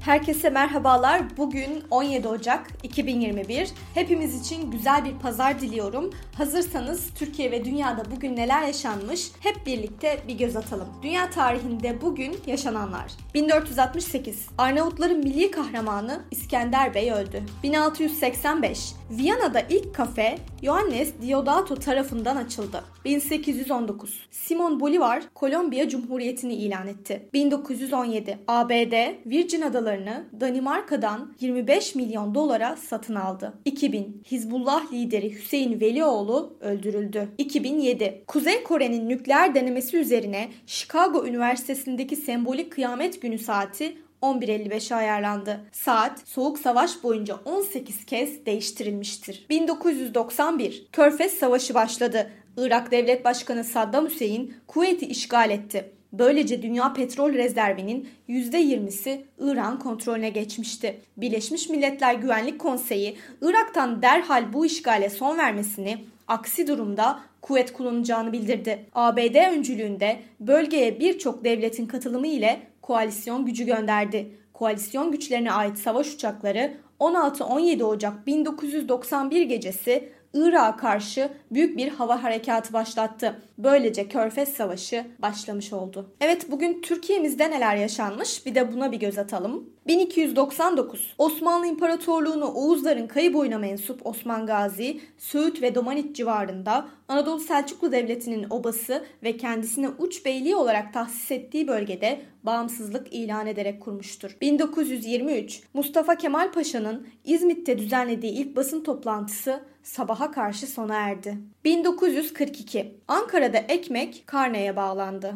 Herkese merhabalar. Bugün 17 Ocak 2021. Hepimiz için güzel bir pazar diliyorum. Hazırsanız Türkiye ve dünyada bugün neler yaşanmış hep birlikte bir göz atalım. Dünya tarihinde bugün yaşananlar. 1468. Arnavutların milli kahramanı İskender Bey öldü. 1685. Viyana'da ilk kafe Johannes Diodato tarafından açıldı. 1819. Simon Bolivar Kolombiya Cumhuriyeti'ni ilan etti. 1917. ABD Virgin Adalarını Danimarka'dan 25 milyon dolara satın aldı. 2000. Hizbullah lideri Hüseyin Velioğlu öldürüldü. 2007. Kuzey Kore'nin nükleer denemesi üzerine Chicago Üniversitesi'ndeki sembolik kıyamet günü saati 11.55'e ayarlandı. Saat Soğuk Savaş boyunca 18 kez değiştirilmiştir. 1991. Körfez Savaşı başladı. Irak Devlet Başkanı Saddam Hüseyin Kuveyt'i işgal etti. Böylece dünya petrol rezervinin %20'si İran kontrolüne geçmişti. Birleşmiş Milletler Güvenlik Konseyi Irak'tan derhal bu işgale son vermesini, aksi durumda kuvvet kullanacağını bildirdi. ABD öncülüğünde bölgeye birçok devletin katılımı ile koalisyon gücü gönderdi. Koalisyon güçlerine ait savaş uçakları 16-17 Ocak 1991 gecesi Irak'a karşı büyük bir hava harekatı başlattı. Böylece Körfez Savaşı başlamış oldu. Evet, bugün Türkiye'mizde neler yaşanmış bir de buna bir göz atalım. 1299. Osmanlı İmparatorluğu'nu Oğuzların kayıboyuna mensup Osman Gazi, Söğüt ve Domanik civarında Anadolu Selçuklu Devleti'nin obası ve kendisine uç beyliği olarak tahsis ettiği bölgede bağımsızlık ilan ederek kurmuştur. 1923. Mustafa Kemal Paşa'nın İzmit'te düzenlediği ilk basın toplantısı sabaha karşı sona erdi. 1942. Ankara'da ekmek karneye bağlandı.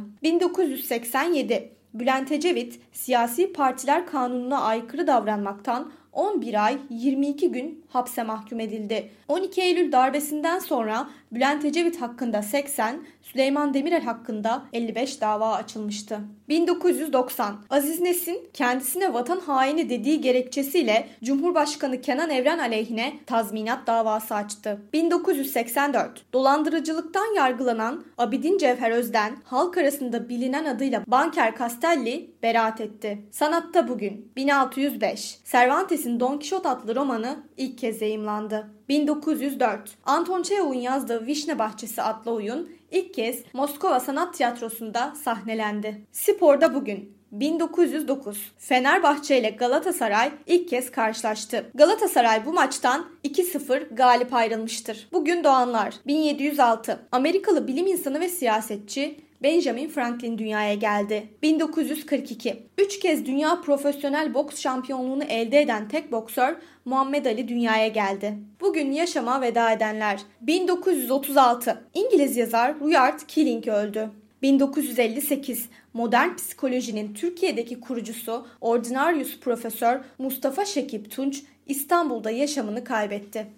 1987. Bülent Ecevit, siyasi partiler kanununa aykırı davranmaktan 11 ay 22 gün hapse mahkum edildi. 12 Eylül darbesinden sonra Bülent Ecevit hakkında 80, Süleyman Demirel hakkında 55 dava açılmıştı. 1990. Aziz Nesin kendisine vatan haini dediği gerekçesiyle Cumhurbaşkanı Kenan Evren aleyhine tazminat davası açtı. 1984. Dolandırıcılıktan yargılanan Abidin Cevher Özden halk arasında bilinen adıyla Banker Castelli beraat etti. Sanatta bugün 1605. Cervantes'in Don Quixote adlı romanı ilk kez yayımlandı. 1904. Anton Çehov'un yazdığı Vişne Bahçesi adlı oyun ilk kez Moskova Sanat Tiyatrosu'nda sahnelendi. Sporda bugün 1909. Fenerbahçe ile Galatasaray ilk kez karşılaştı. Galatasaray bu maçtan 2-0 galip ayrılmıştır. Bugün doğanlar 1706. Amerikalı bilim insanı ve siyasetçi Benjamin Franklin dünyaya geldi. 1942. 3 kez dünya profesyonel boks şampiyonluğunu elde eden tek boksör Muhammed Ali dünyaya geldi. Bugün yaşama veda edenler. 1936. İngiliz yazar Rudyard Kipling öldü. 1958. Modern psikolojinin Türkiye'deki kurucusu Ordinarius Profesör Mustafa Şekip Tunç İstanbul'da yaşamını kaybetti.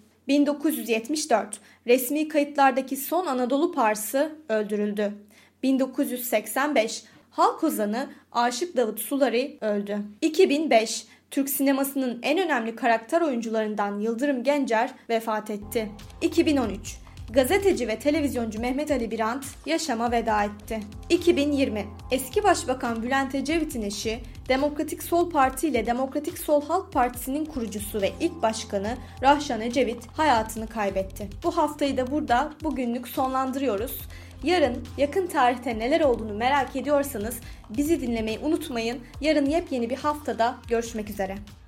1974. Resmi kayıtlardaki son Anadolu Parsı öldürüldü. 1985. Halk ozanı Aşık Davut Sulari öldü. 2005. Türk sinemasının en önemli karakter oyuncularından Yıldırım Gencer vefat etti. 2013. Gazeteci ve televizyoncu Mehmet Ali Birant yaşama veda etti. 2020. Eski Başbakan Bülent Ecevit'in eşi, Demokratik Sol Parti ile Demokratik Sol Halk Partisi'nin kurucusu ve ilk başkanı Rahşan Ecevit hayatını kaybetti. Bu haftayı da burada bugünlük sonlandırıyoruz. Yarın yakın tarihte neler olduğunu merak ediyorsanız bizi dinlemeyi unutmayın. Yarın yepyeni bir haftada görüşmek üzere.